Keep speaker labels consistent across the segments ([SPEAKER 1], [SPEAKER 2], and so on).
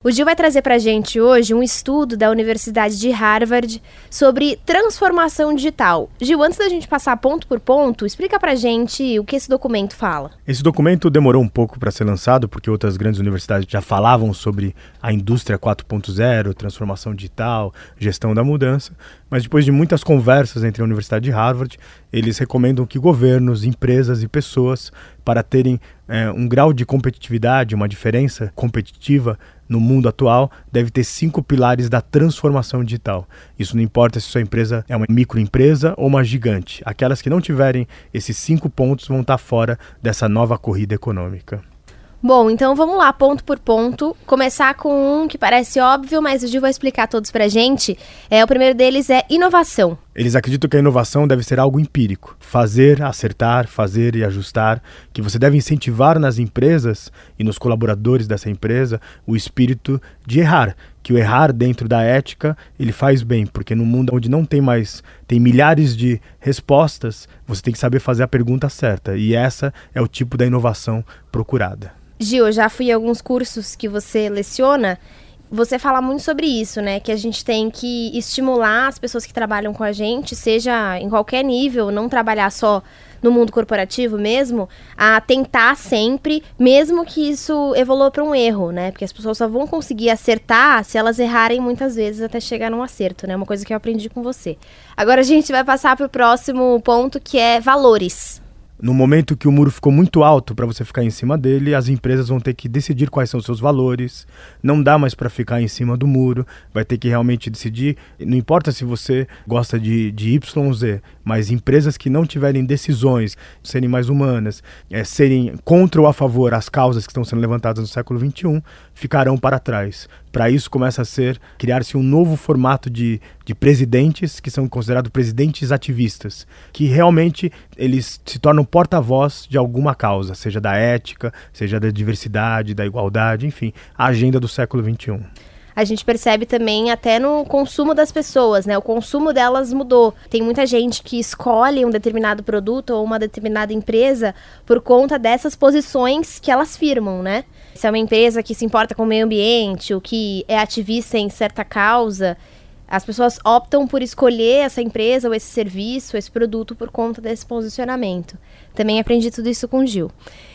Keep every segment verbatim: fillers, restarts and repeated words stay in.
[SPEAKER 1] O Gil vai trazer para a gente hoje um estudo da Universidade de Harvard sobre transformação digital. Gil, antes da gente passar ponto por ponto, explica para a gente o que esse documento fala.
[SPEAKER 2] Esse documento demorou um pouco para ser lançado, porque outras grandes universidades já falavam sobre a indústria quatro ponto zero, transformação digital, gestão da mudança. Mas depois de muitas conversas entre a Universidade de Harvard, eles recomendam que governos, empresas e pessoas, para terem é, um grau de competitividade, uma diferença competitiva no mundo atual, deve ter cinco pilares da transformação digital. Isso não importa se sua empresa é uma microempresa ou uma gigante. Aquelas que não tiverem esses cinco pontos vão estar fora dessa nova corrida econômica.
[SPEAKER 1] Bom, então vamos lá, ponto por ponto. Começar com um que parece óbvio, mas o Gil vai explicar todos pra gente. É, o primeiro deles é inovação.
[SPEAKER 2] Eles acreditam que a inovação deve ser algo empírico. Fazer, acertar, fazer e ajustar. Que você deve incentivar nas empresas e nos colaboradores dessa empresa o espírito de errar. Que o errar dentro da ética, ele faz bem, porque no mundo onde não tem mais, tem milhares de respostas, você tem que saber fazer a pergunta certa. E essa é o tipo da inovação procurada.
[SPEAKER 1] Gil, eu já fui a alguns cursos que você leciona. Você fala muito sobre isso, né? Que a gente tem que estimular as pessoas que trabalham com a gente, seja em qualquer nível, não trabalhar só no mundo corporativo mesmo, a tentar sempre, mesmo que isso evolua para um erro, né? Porque as pessoas só vão conseguir acertar se elas errarem muitas vezes até chegar num acerto, né? Uma coisa que eu aprendi com você. Agora a gente vai passar para o próximo ponto, que é valores.
[SPEAKER 2] No momento que o muro ficou muito alto para você ficar em cima dele, as empresas vão ter que decidir quais são os seus valores. Não dá mais para ficar em cima do muro, vai ter que realmente decidir. Não importa se você gosta de, de Y ou Z, mas empresas que não tiverem decisões, serem mais humanas, é, serem contra ou a favor as causas que estão sendo levantadas no século vinte e um, ficarão para trás. Para isso começa a ser, criar-se um novo formato de, de presidentes, que são considerados presidentes ativistas, que realmente eles se tornam porta-voz de alguma causa, seja da ética, seja da diversidade, da igualdade, enfim, a agenda do século vinte e um.
[SPEAKER 1] A gente percebe também até no consumo das pessoas, né? O consumo delas mudou. Tem muita gente que escolhe um determinado produto ou uma determinada empresa por conta dessas posições que elas firmam, né? Se é uma empresa que se importa com o meio ambiente ou que é ativista em certa causa, as pessoas optam por escolher essa empresa ou esse serviço, esse produto por conta desse posicionamento. Também aprendi tudo isso com o Gil.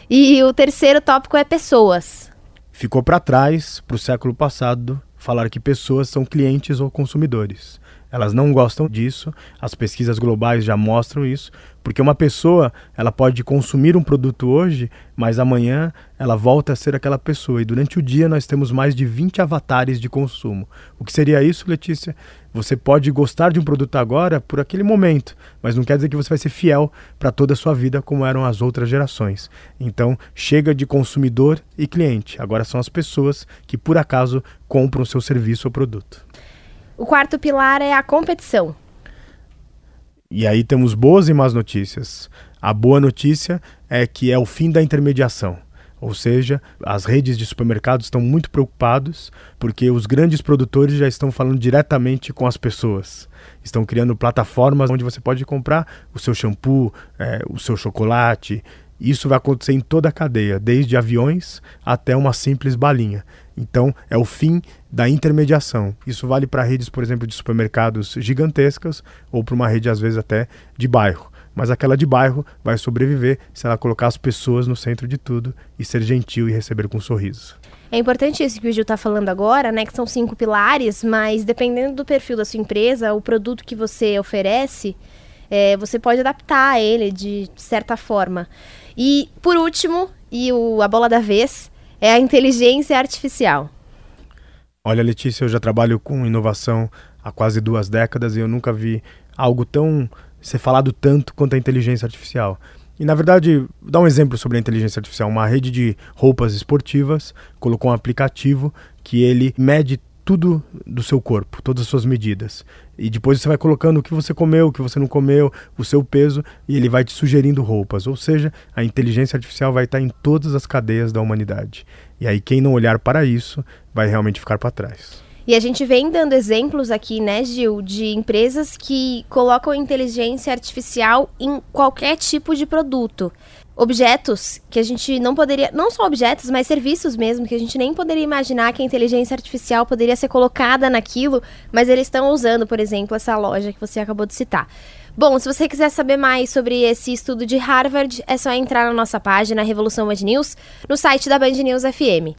[SPEAKER 1] E o terceiro tópico é pessoas.
[SPEAKER 2] Ficou para trás, para o século passado, falar que pessoas são clientes ou consumidores. Elas não gostam disso, as pesquisas globais já mostram isso, porque uma pessoa ela pode consumir um produto hoje, mas amanhã ela volta a ser aquela pessoa. E durante o dia nós temos mais de vinte avatares de consumo. O que seria isso, Letícia? Você pode gostar de um produto agora por aquele momento, mas não quer dizer que você vai ser fiel para toda a sua vida como eram as outras gerações. Então, chega de consumidor e cliente. Agora são as pessoas que, por acaso, compram o seu serviço ou produto.
[SPEAKER 1] O quarto pilar é a competição.
[SPEAKER 2] E aí temos boas e más notícias. A boa notícia é que é o fim da intermediação. Ou seja, as redes de supermercados estão muito preocupados porque os grandes produtores já estão falando diretamente com as pessoas. Estão criando plataformas onde você pode comprar o seu shampoo, é, o seu chocolate. Isso vai acontecer em toda a cadeia, desde aviões até uma simples balinha. Então, é o fim da intermediação. Isso vale para redes, por exemplo, de supermercados gigantescas ou para uma rede, às vezes, até de bairro. Mas aquela de bairro vai sobreviver se ela colocar as pessoas no centro de tudo e ser gentil e receber com um sorriso.
[SPEAKER 1] É importante isso que o Gil está falando agora, né? Que são cinco pilares, mas dependendo do perfil da sua empresa, o produto que você oferece, é, você pode adaptar ele de certa forma. E, por último, e o, a bola da vez, é a inteligência artificial.
[SPEAKER 2] Olha, Letícia, eu já trabalho com inovação há quase duas décadas e eu nunca vi algo tão ser falado tanto quanto a inteligência artificial. E, na verdade, vou dar um exemplo sobre a inteligência artificial. Uma rede de roupas esportivas colocou um aplicativo que ele mede tudo do seu corpo, todas as suas medidas. E depois você vai colocando o que você comeu, o que você não comeu, o seu peso, e ele vai te sugerindo roupas. Ou seja, a inteligência artificial vai estar em todas as cadeias da humanidade. E aí quem não olhar para isso vai realmente ficar para trás.
[SPEAKER 1] E a gente vem dando exemplos aqui, né, Gil, de empresas que colocam a inteligência artificial em qualquer tipo de produto. objetos que a gente não poderia, não só objetos, mas serviços mesmo, que a gente nem poderia imaginar que a inteligência artificial poderia ser colocada naquilo, mas eles estão usando, por exemplo, essa loja que você acabou de citar. Bom, se você quiser saber mais sobre esse estudo de Harvard, é só entrar na nossa página Revolução Band News, no site da Band News F M.